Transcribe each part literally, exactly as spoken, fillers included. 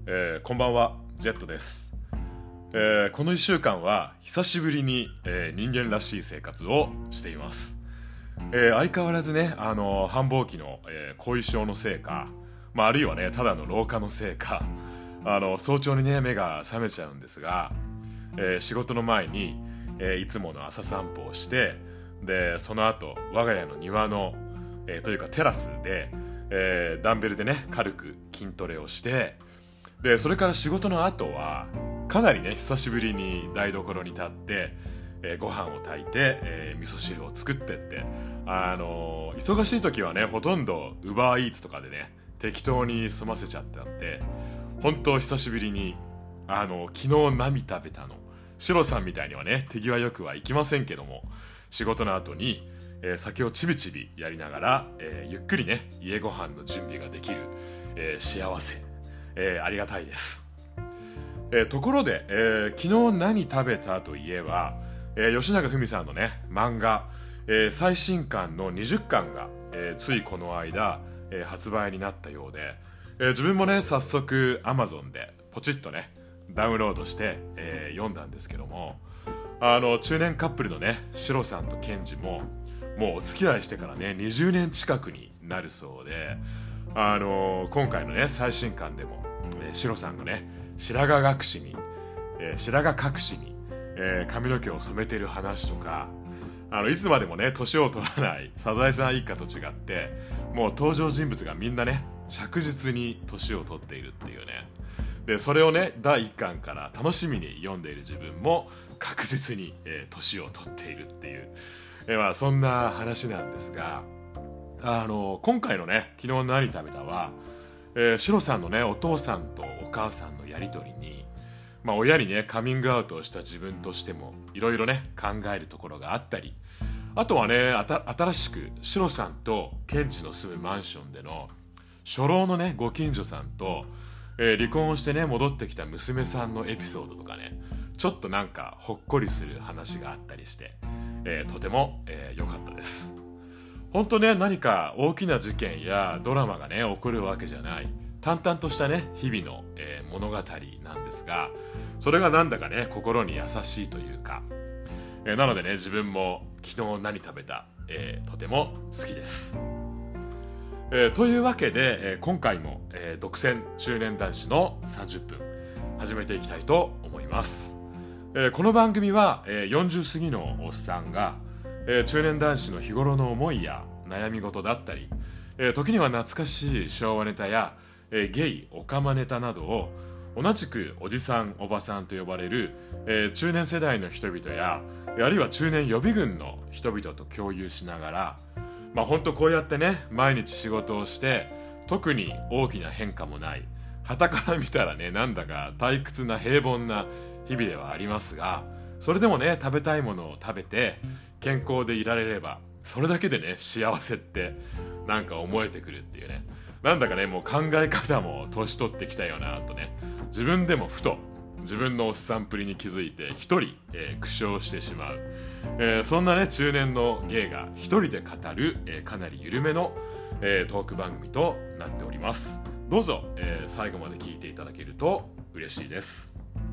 えー、こんばんは、ジェットです。えー、このいっしゅうかんは久しぶりに、えー、人間らしい生活をしています。えー、相変わらずね、あのー、繁忙期の、えー、後遺症のせいか、まあ、あるいはね、ただの老化のせいか、あの早朝にね、目が覚めちゃうんですが、えー、仕事の前に、えー、いつもの朝散歩をして、で、その後、我が家の庭の、えー、というかテラスで、えー、ダンベルでね、軽く筋トレをして、でそれから仕事の後はかなりね久しぶりに台所に立って、えー、ご飯を炊いて、えー、味噌汁を作ってって、あのー、忙しい時はねほとんどウバーイーツとかでね適当に済ませちゃったんで、本当久しぶりにあのー、昨日何食べたの、シロさんみたいにはね手際よくはいきませんけども、仕事の後に、えー、酒をちびちびやりながら、えー、ゆっくりね家ご飯の準備ができる、えー、幸せ、えー、ありがたいです。えー、ところで、えー、昨日何食べたといえば、えー、吉永文さんのね漫画、えー、最新刊のにじゅっかんが、えー、ついこの間、えー、発売になったようで、えー、自分もね早速 Amazon でポチッとねダウンロードして、えー、読んだんですけども、あの中年カップルのねシロさんとケンジももうお付き合いしてからねにじゅうねん近くになるそうで、あのー、今回のね最新刊でも、えー、シロさんがね白髪隠しに、えー、白髪隠しに、えー、髪の毛を染めてる話とか、あのいつまでもね年を取らないサザエさん一家と違って、もう登場人物がみんなね着実に年を取っているっていうね。でそれをねだいいっかんから楽しみに読んでいる自分も確実に、えー、年を取っているっていう、えーまあ、そんな話なんですが、あの今回のね昨日何食べたは、えー、シロさんのねお父さんとお母さんのやりとりに、まあ、親にねカミングアウトをした自分としてもいろいろね考えるところがあったり、あとはねあた新しくシロさんとケンジの住むマンションでの初老のねご近所さんと、えー、離婚をしてね戻ってきた娘さんのエピソードとかね、ちょっとなんかほっこりする話があったりして、えー、とても良、えー、かったです。本当ね、何か大きな事件やドラマがね起こるわけじゃない淡々としたね日々の、えー、物語なんですが、それがなんだかね心に優しいというか、えー、なのでね自分も昨日何食べた、えー、とても好きです。えー、というわけで、えー、今回も、えー、独占中年男子のさんじゅっぷん始めていきたいと思います。えー、この番組は、えー、よんじゅう過ぎのおっさんが、えー、中年男子の日頃の思いや悩み事だったり、えー、時には懐かしい昭和ネタや、えー、ゲイオカマネタなどを同じくおじさんおばさんと呼ばれる、えー、中年世代の人々やあるいは中年予備軍の人々と共有しながら、まあ本当こうやってね毎日仕事をして特に大きな変化もない、傍から見たらねなんだか退屈な平凡な日々ではありますが、それでもね食べたいものを食べて健康でいられればそれだけでね幸せってなんか思えてくるっていうね、なんだかねもう考え方も年取ってきたよなとね、自分でもふと自分のおっさんっぷりに気づいて一人、えー、苦笑してしまう、えー、そんなね中年のゲイが一人で語る、えー、かなり緩めの、えー、トーク番組となっております。どうぞ、えー、最後まで聞いていただけると嬉しいです。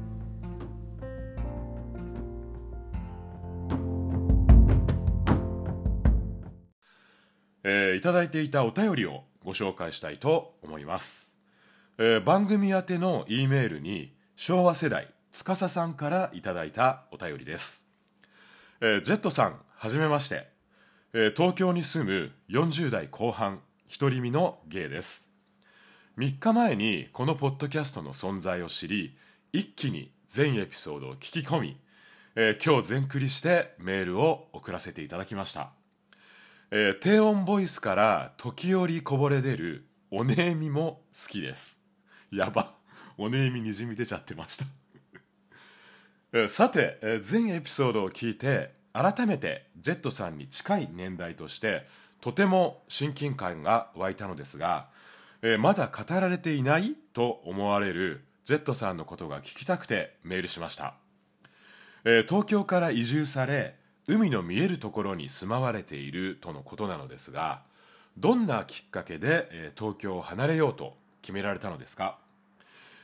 えー、いただいていたお便りをご紹介したいと思います。えー、番組宛ての E メールに昭和世代つかささんからいただいたお便りです。えー、ジェットさんはじめまして、えー、東京に住むよんじゅう代後半独り身のゲイです。みっかまえにこのポッドキャストの存在を知り、一気に全エピソードを聞き込み、えー、今日全クリしてメールを送らせていただきました。えー、低音ボイスから時折こぼれ出るおねえみも好きです。やば、おねえみにじみ出ちゃってましたえー、さて、えー、全エピソードを聞いて改めてジェットさんに近い年代としてとても親近感が湧いたのですが、えー、まだ語られていないと思われるジェットさんのことが聞きたくてメールしました。えー、東京から移住され海の見えるところに住まわれているとのことなのですが、どんなきっかけで、えー、東京を離れようと決められたのですか？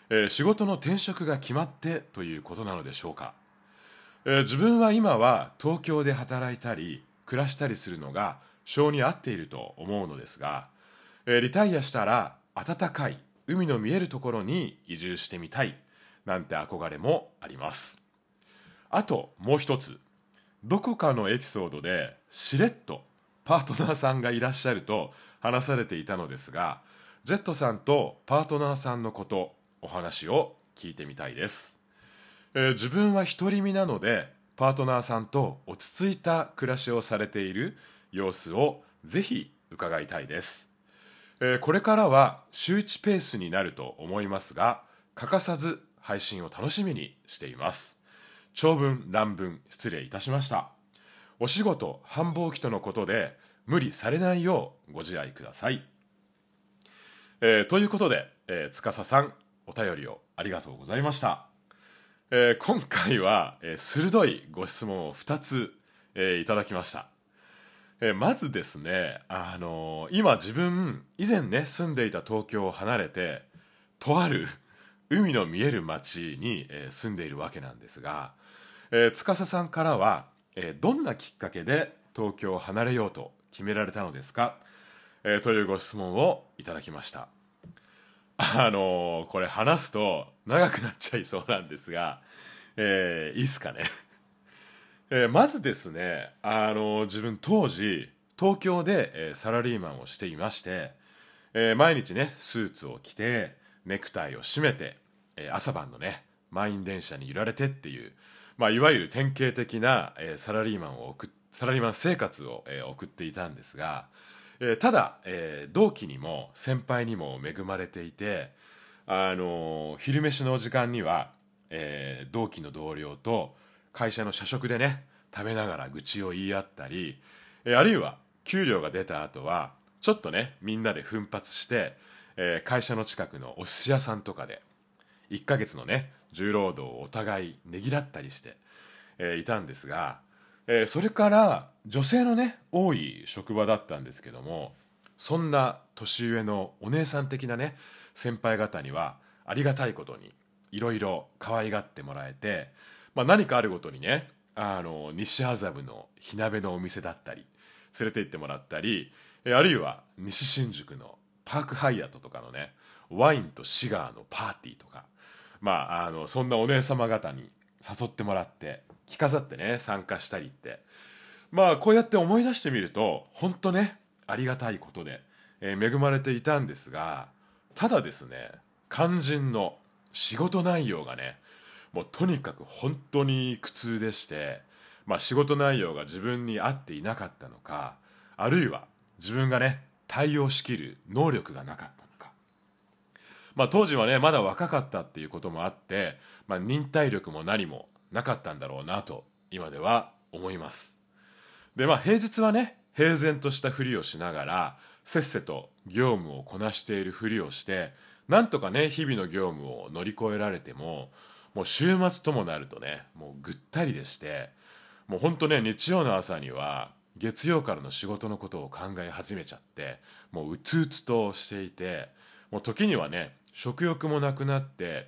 えー仕事の転職が決まってということなのでしょうか。えー自分は今は東京で働いたり暮らしたりするのが性に合っていると思うのですが、えーリタイアしたら暖かい海の見えるところに移住してみたいなんて憧れもあります。あともう一つ、どこかのエピソードでしれっとパートナーさんがいらっしゃると話されていたのですが、ジェットさんとパートナーさんのこと、お話を聞いてみたいです。えー自分は独り身なので、パートナーさんと落ち着いた暮らしをされている様子をぜひ伺いたいです。えーこれからは週いちペースになると思いますが、欠かさず配信を楽しみにしています。長文乱文失礼いたしました。お仕事繁忙期とのことで無理されないようご自愛ください。えーということで、えー、司さんお便りをありがとうございました。えー今回は、えー鋭いご質問をふたつ、えーいただきました。えーまずですね、あのー今自分以前ね住んでいた東京を離れてとある海の見える町に、えー住んでいるわけなんですが、えー司さんからは、えーどんなきっかけで東京を離れようと決められたのですか、えーというご質問をいただきました。あのーこれ話すと長くなっちゃいそうなんですが、えーいいっすかね。えーまずですね、あのー自分当時東京で、えーサラリーマンをしていまして、えー毎日ねスーツを着てネクタイを締めて、えー朝晩のね満員電車に揺られてっていう、まあ、いわゆる典型的な、えーサラリーマンを送っサラリーマン生活を、えー送っていたんですが、えーただ、えー同期にも先輩にも恵まれていて、あのー昼飯の時間には、えー同期の同僚と会社の社食でね食べながら愚痴を言い合ったり、えーあるいは給料が出た後はちょっとねみんなで奮発して、えー会社の近くのお寿司屋さんとかでいっかげつのね重労働をお互いねぎらったりして、えーいたんですが、えーそれから女性のね多い職場だったんですけども、そんな年上のお姉さん的なね先輩方にはありがたいことにいろいろ可愛がってもらえて、まあ、何かあるごとにね、あの西麻布の火鍋のお店だったり連れて行ってもらったり、えーあるいは西新宿のパークハイアットとかのねワインとシガーのパーティーとか、まあ、あのそんなお姉様方に誘ってもらって着飾ってね参加したりって、まあこうやって思い出してみると本当ねありがたいことで、えー恵まれていたんですが、ただですね肝心の仕事内容がねもうとにかく本当に苦痛でして、まあ、仕事内容が自分に合っていなかったのか、あるいは自分がね対応しきる能力がなかったのか、まあ、当時はねまだ若かったっていうこともあって、まあ、忍耐力も何もなかったんだろうなと今では思います。でまあ平日はね平然としたふりをしながらせっせと業務をこなしているふりをして、なんとかね日々の業務を乗り越えられても、もう週末ともなるとねもうぐったりでして、もうほんとね日曜の朝には月曜からの仕事のことを考え始めちゃって、もううつうつとしていて、もう時にはね食欲もなくなって、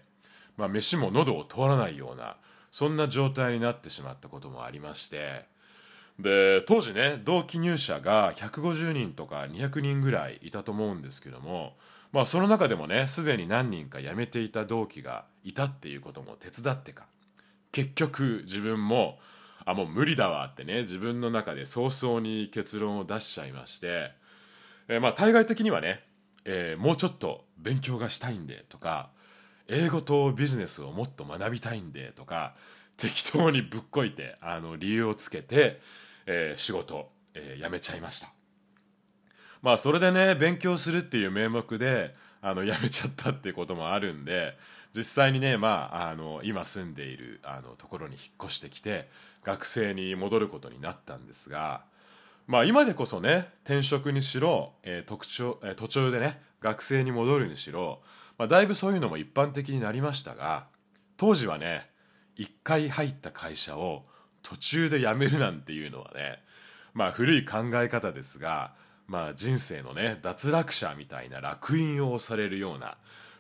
まあ、飯も喉を通らないようなそんな状態になってしまったこともありまして、で当時ね同期入社がひゃくごじゅうにんとかにひゃくにんぐらいいたと思うんですけども、まあ、その中でもねすでに何人か辞めていた同期がいたっていうことも手伝ってか、結局自分もあもう無理だわってね自分の中で早々に結論を出しちゃいまして、えーまあ対外的にはね、えーもうちょっと勉強がしたいんでとか、英語とビジネスをもっと学びたいんでとか適当にぶっこいてあの理由をつけて、えー仕事、えー辞めちゃいました。まあそれでね勉強するっていう名目であの辞めちゃったっていうこともあるんで、実際にねまああの今住んでいるあのところに引っ越してきて学生に戻ることになったんですが、まあ今でこそね転職にしろ、えー特徴えー途中でね学生に戻るにしろ、まあ、だいぶそういうのも一般的になりましたが、当時はね一回入った会社を途中で辞めるなんていうのはね、まあ古い考え方ですが、まあ人生のね脱落者みたいな烙印を押されるような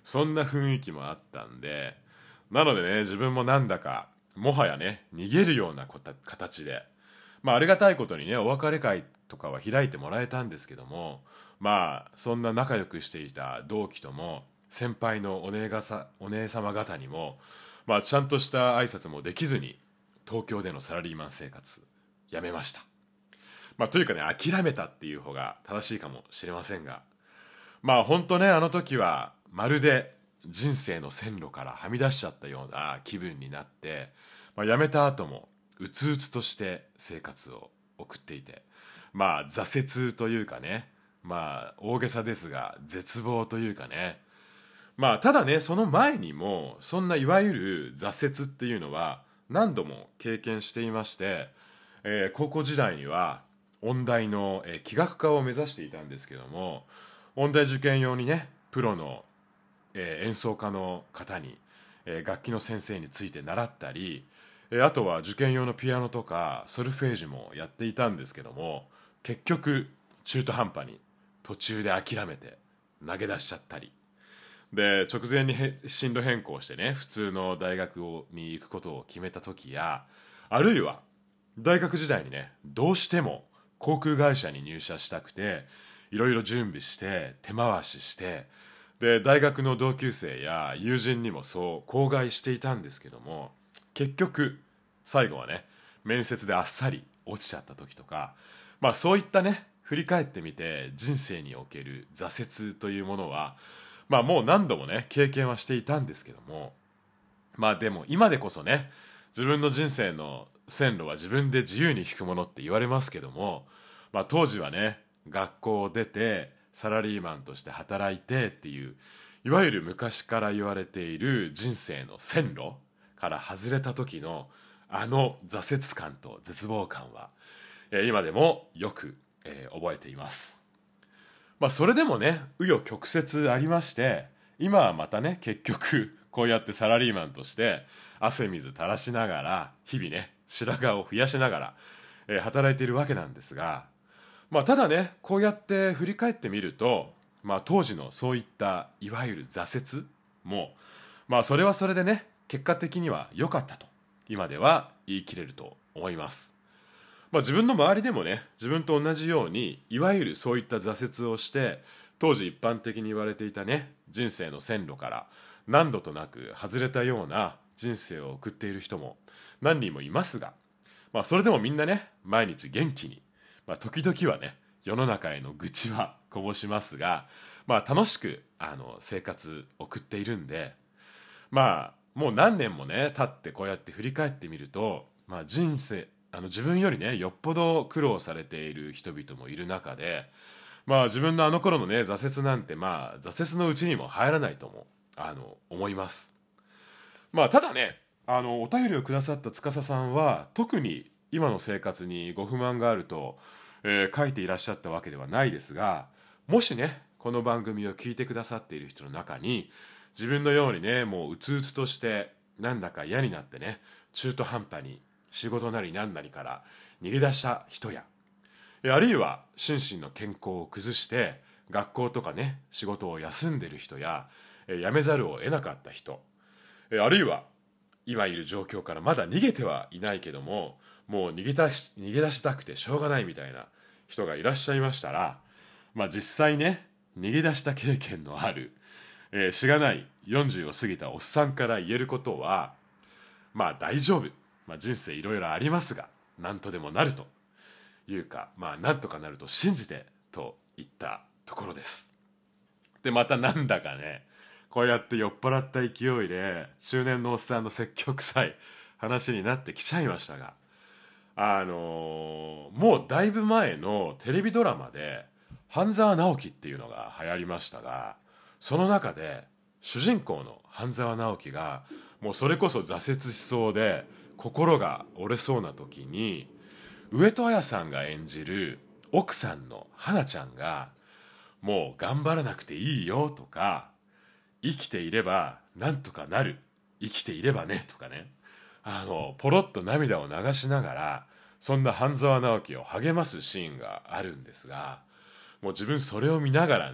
そんな雰囲気もあったんで、なのでね、自分もなんだかもはやね逃げるような形で、まあありがたいことにねお別れ会とかは開いてもらえたんですけども、まあそんな仲良くしていた同期とも先輩のお姉がさお姉様方にも、まあちゃんとした挨拶もできずに東京でのサラリーマン生活やめました。まあというかね、諦めたっていう方が正しいかもしれませんが、まあ本当ね、あの時はまるで人生の線路からはみ出しちゃったような気分になって、まあ、辞めた後もうつうつとして生活を送っていて、まあ挫折というかね、まあ大げさですが絶望というかね、まあただね、その前にもそんないわゆる挫折っていうのは何度も経験していまして、えー高校時代には音大の、えー器楽科を目指していたんですけども、音大受験用にねプロの、えー演奏家の方に、えー楽器の先生について習ったり、えーあとは受験用のピアノとかソルフェージュもやっていたんですけども、結局中途半端に途中で諦めて投げ出しちゃったりで、直前にへ進路変更してね普通の大学をに行くことを決めた時や、あるいは大学時代にねどうしても航空会社に入社したくていろいろ準備して手回しして、で大学の同級生や友人にもそう口外していたんですけども、結局最後はね面接であっさり落ちちゃった時とか、まあそういったね振り返ってみて人生における挫折というものは、まあもう何度もね経験はしていたんですけども、まあでも今でこそね自分の人生の線路は自分で自由に引くものって言われますけども、まあ当時はね学校を出てサラリーマンとして働いてっていう、いわゆる昔から言われている人生の線路から外れた時のあの挫折感と絶望感は、えー今でもよく、えー覚えています。まあそれでもね紆余曲折ありまして、今はまたね結局こうやってサラリーマンとして汗水垂らしながら日々ね白髪を増やしながら、えー働いているわけなんですが、まあただねこうやって振り返ってみると、まあ当時のそういったいわゆる挫折も、まあそれはそれでね結果的には良かったと今では言い切れると思います。まあ、自分の周りでもね自分と同じようにいわゆるそういった挫折をして当時一般的に言われていたね人生の線路から何度となく外れたような人生を送っている人も何人もいますが、まあ、それでもみんなね毎日元気に、まあ、時々はね世の中への愚痴はこぼしますが、まあ、楽しくあの生活送っているんで、まあもう何年もね経ってこうやって振り返ってみると、まあ、人生あの自分よりねよっぽど苦労されている人々もいる中で、まあ自分のあの頃のね挫折なんてまあ挫折のうちにも入らないともあの思います。まあただね、あのお便りをくださった司さんは特に今の生活にご不満があると、えー書いていらっしゃったわけではないですが、もしねこの番組を聞いてくださっている人の中に自分のようにねもううつうつとしてなんだか嫌になってね中途半端に仕事なり何なりから逃げ出した人や、あるいは心身の健康を崩して学校とかね仕事を休んでる人や辞めざるを得なかった人、あるいは今いる状況からまだ逃げてはいないけどももう逃げ出し、逃げ出したくてしょうがないみたいな人がいらっしゃいましたら、まあ実際ね逃げ出した経験のある、えーしがないよんじゅうを過ぎたおっさんから言えることは、まあ大丈夫、まあ、人生いろいろありますが何とでもなるというか、まあなんとかなると信じてといったところです。でまたなんだかねこうやって酔っ払った勢いで中年のおっさんの積極臭い話になってきちゃいましたが、あのーもうだいぶ前のテレビドラマで半沢直樹っていうのが流行りましたが、その中で主人公の半沢直樹がもうそれこそ挫折しそうで心が折れそうな時に上戸彩さんが演じる奥さんの花ちゃんがもう頑張らなくていいよとか生きていればなんとかなる生きていればねとかね、あのポロッと涙を流しながらそんな半沢直樹を励ますシーンがあるんですが、もう自分それを見ながらね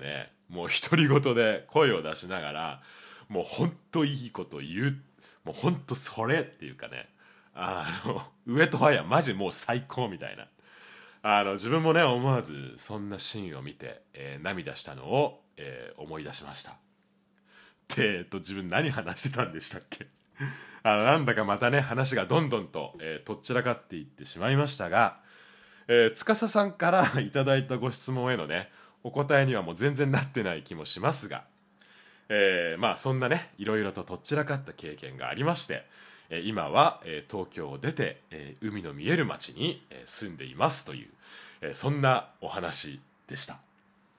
もう独り言で声を出しながら、もうほんといいこと言う、もうほんとそれっていうかね、あの上戸彩マジもう最高みたいな、あの自分もね思わずそんなシーンを見て、えー涙したのを、えー思い出しました。で、えっと、自分何話してたんでしたっけ。あのなんだかまたね話がどんどんと、えーとっちらかっていってしまいましたが、えー、司さんからいただいたご質問へのねお答えにはもう全然なってない気もしますが、えーまあそんなねいろいろととっちらかった経験がありまして、えー今は、えー東京を出て、えー海の見える町に、えー住んでいますという、えーそんなお話でした。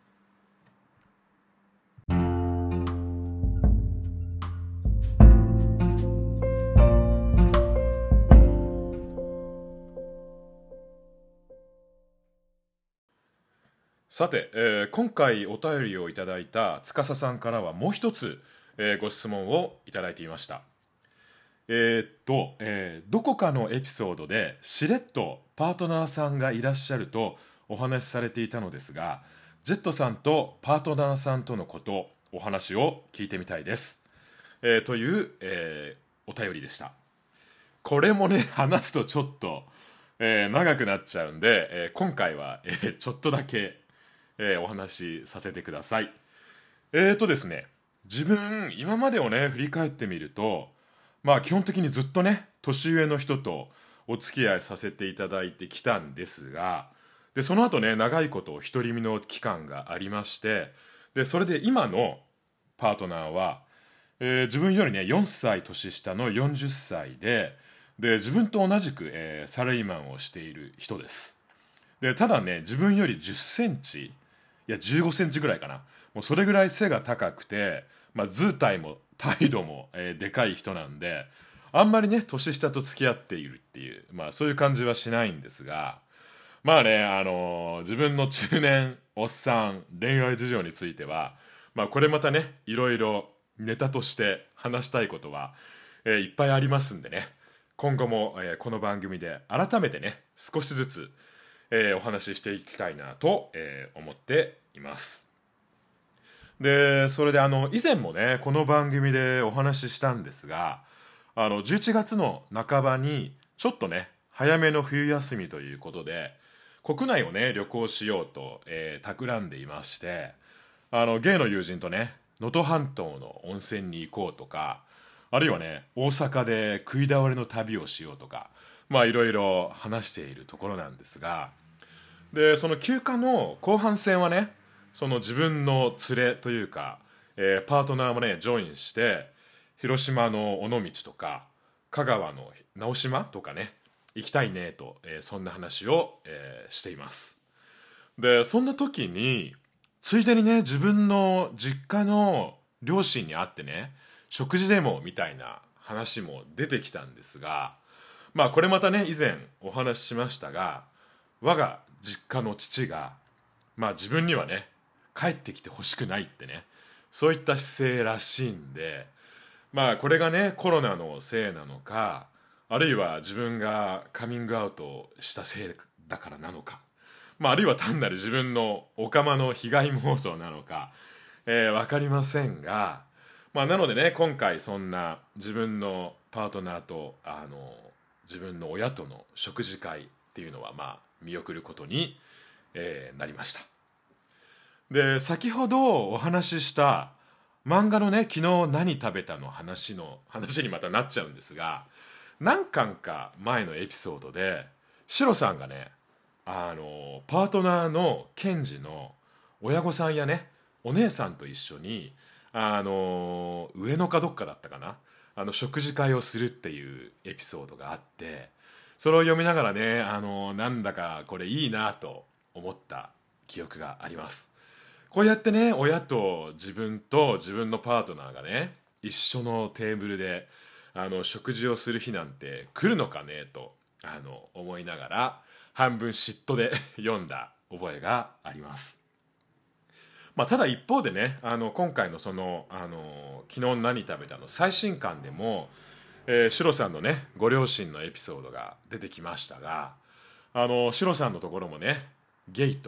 さて、えー今回お便りをいただいた司さんからはもう一つ、えーご質問をいただいていました。えーっと、えーどこかのエピソードでしれっとパートナーさんがいらっしゃるとお話しされていたのですが、ジェットさんとパートナーさんとのこと、お話を聞いてみたいです。えーという、えーお便りでした。これもね、話すとちょっと、えー長くなっちゃうんで、えー今回は、えーちょっとだけ、えーお話しさせてください。えーとですね、自分、今までをね、振り返ってみると、まあ基本的にずっとね、年上の人とお付き合いさせていただいてきたんですが、で、その後ね、長いこと独り身の期間がありまして、で、それで今のパートナーは、えー自分よりね、よんさい年下のよんじゅっさいで、で、自分と同じく、えーサラリーマンをしている人です。で、ただね、自分よりじゅっセンチ、いやじゅうごセンチぐらいかな。もうそれぐらい背が高くて、まあ、図体も態度も、えーでかい人なんで、あんまりね、年下と付き合っているっていう、まあそういう感じはしないんですが、まあね、あのー自分の中年おっさん恋愛事情については、まあこれまたね、いろいろネタとして話したいことは、えーいっぱいありますんでね、今後も、えーこの番組で改めてね、少しずつ、えーお話ししていきたいなと、えー思っています。で、それであの、以前もね、この番組でお話ししたんですが、あの、じゅういちがつの半ばに、ちょっとね、早めの冬休みということで、国内をね、旅行しようと、えー企んでいまして、あの、ゲイの友人とね、能登半島の温泉に行こうとか、あるいはね、大阪で食い倒れの旅をしようとか、まあいろいろ話しているところなんですが、でその休暇の後半戦はね、その自分の連れというか、えーパートナーもねジョインして、広島の尾道とか香川の直島とかね行きたいねと、えーそんな話を、えーしています。でそんな時についでにね、自分の実家の両親に会ってね、食事でもみたいな話も出てきたんですが、まあこれまたね以前お話ししましたが、我が実家の父が、まあ自分にはね、帰ってきてほしくないってね、そういった姿勢らしいんで、まあこれがね、コロナのせいなのか、あるいは自分がカミングアウトしたせいだからなのか、まああるいは単なる自分のオカマの被害妄想なのか、えー、わかりませんが、まあなのでね、今回そんな自分のパートナーと、あの、自分の親との食事会っていうのはまあ見送ることに、えーなりました。で先ほどお話しした漫画のね、昨日何食べたの話の話にまたなっちゃうんですが、何巻か前のエピソードでシロさんがね、あのパートナーのケンジの親御さんやね、お姉さんと一緒に、あの上野かどっかだったかな、あの食事会をするっていうエピソードがあって、それを読みながらね、あのなんだかこれいいなと思った記憶があります。こうやってね、親と自分と自分のパートナーがね、一緒のテーブルであの食事をする日なんて来るのかねと、あの思いながら半分嫉妬で読んだ覚えがあります。まあ、ただ一方でね、あの今回のそのあの昨日何食べたの最新刊でも、えー、シロさんのねご両親のエピソードが出てきましたが、あのシロさんのところもね、ゲイと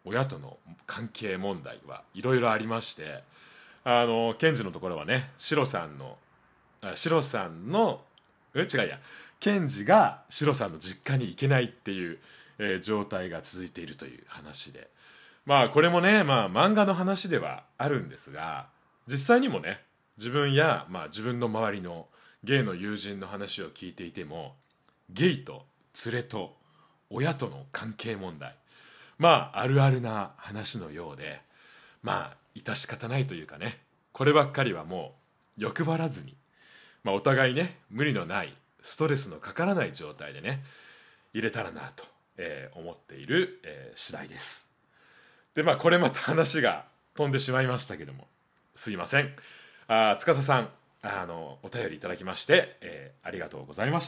親との関係問題はいろいろありまして、あのケンジのところはね、シロさんのあシロさんのえ違いやケンジがシロさんの実家に行けないっていう、えー状態が続いているという話で、まあこれもね、まあ漫画の話ではあるんですが、実際にもね、自分や、まあ、自分の周りのゲイの友人の話を聞いていても、ゲイと連れと親との関係問題、まああるあるな話のようで、まあ致し方ないというかね、こればっかりはもう欲張らずに、まあ、お互いね、無理のないストレスのかからない状態でね入れたらなと、えー思っている、えー次第です。でまあこれまた話が飛んでしまいましたけども、すいません。あ司さん、あのお便りいただきまして、えーありがとうございました。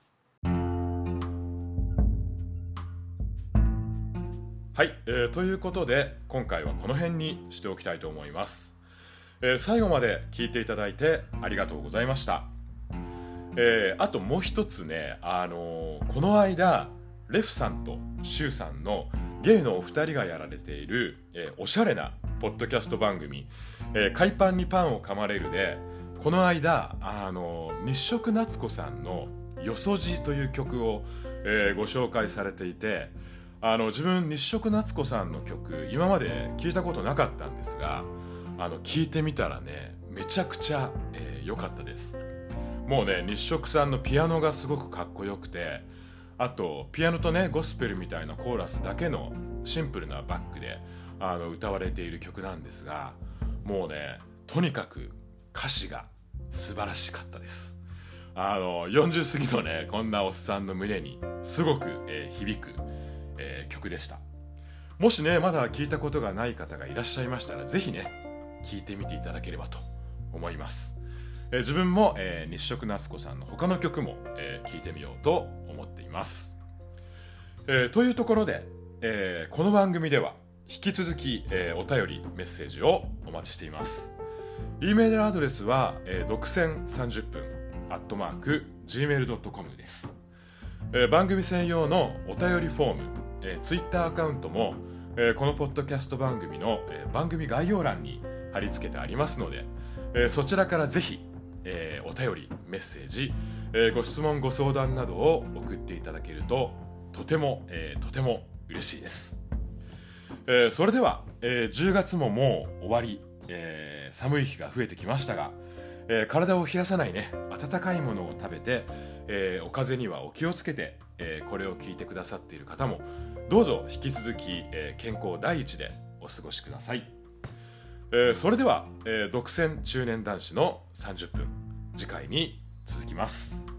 はい、えーということで今回はこの辺にしておきたいと思います。えー最後まで聞いていただいてありがとうございました。えーあともう一つね、あのーこの間レフさんとシュウさんのゲイのお二人がやられている、えーおしゃれなポッドキャスト番組「えー海パンにパンを噛まれる」で、この間、あのー日食夏子さんの「よそじ」という曲を、えーご紹介されていて、あの自分日食夏子さんの曲今まで聞いたことなかったんですが、あの聞いてみたらね、めちゃくちゃ良、えー良かったです。もうね、日食さんのピアノがすごくかっこよくて、あとピアノとねゴスペルみたいなコーラスだけのシンプルなバックであの歌われている曲なんですが、もうね、とにかく歌詞が素晴らしかったです。あのよんじゅう過ぎのねこんなおっさんの胸にすごく、えー響く、えー曲でした。もしねまだ聞いたことがない方がいらっしゃいましたら、ぜひね聞いてみていただければと思います。えー自分も、えー日食夏子さんの他の曲も、えー聞いてみようと思っています。えーというところで、えーこの番組では引き続き、えーお便りメッセージをお待ちしています。 E メールアドレスは、えー、独占さんじゅっぷんアットマーク ジーメールドットコム です。えー番組専用のお便りフォーム、えー、ツイッターアカウントも、えーこのポッドキャスト番組の、えー番組概要欄に貼り付けてありますので、えーそちらからぜひ、えーお便りメッセージ、えーご質問ご相談などを送っていただけるととても、えーとても嬉しいです。えーそれでは、えーじゅうがつももう終わり、えー寒い日が増えてきましたが、えー体を冷やさないね温かいものを食べて、えーお風邪にはお気をつけて、えーこれを聞いてくださっている方もどうぞ引き続き、えー健康第一でお過ごしください。えーそれでは、えー独占中年男子のさんじゅっぷん、次回に続きます。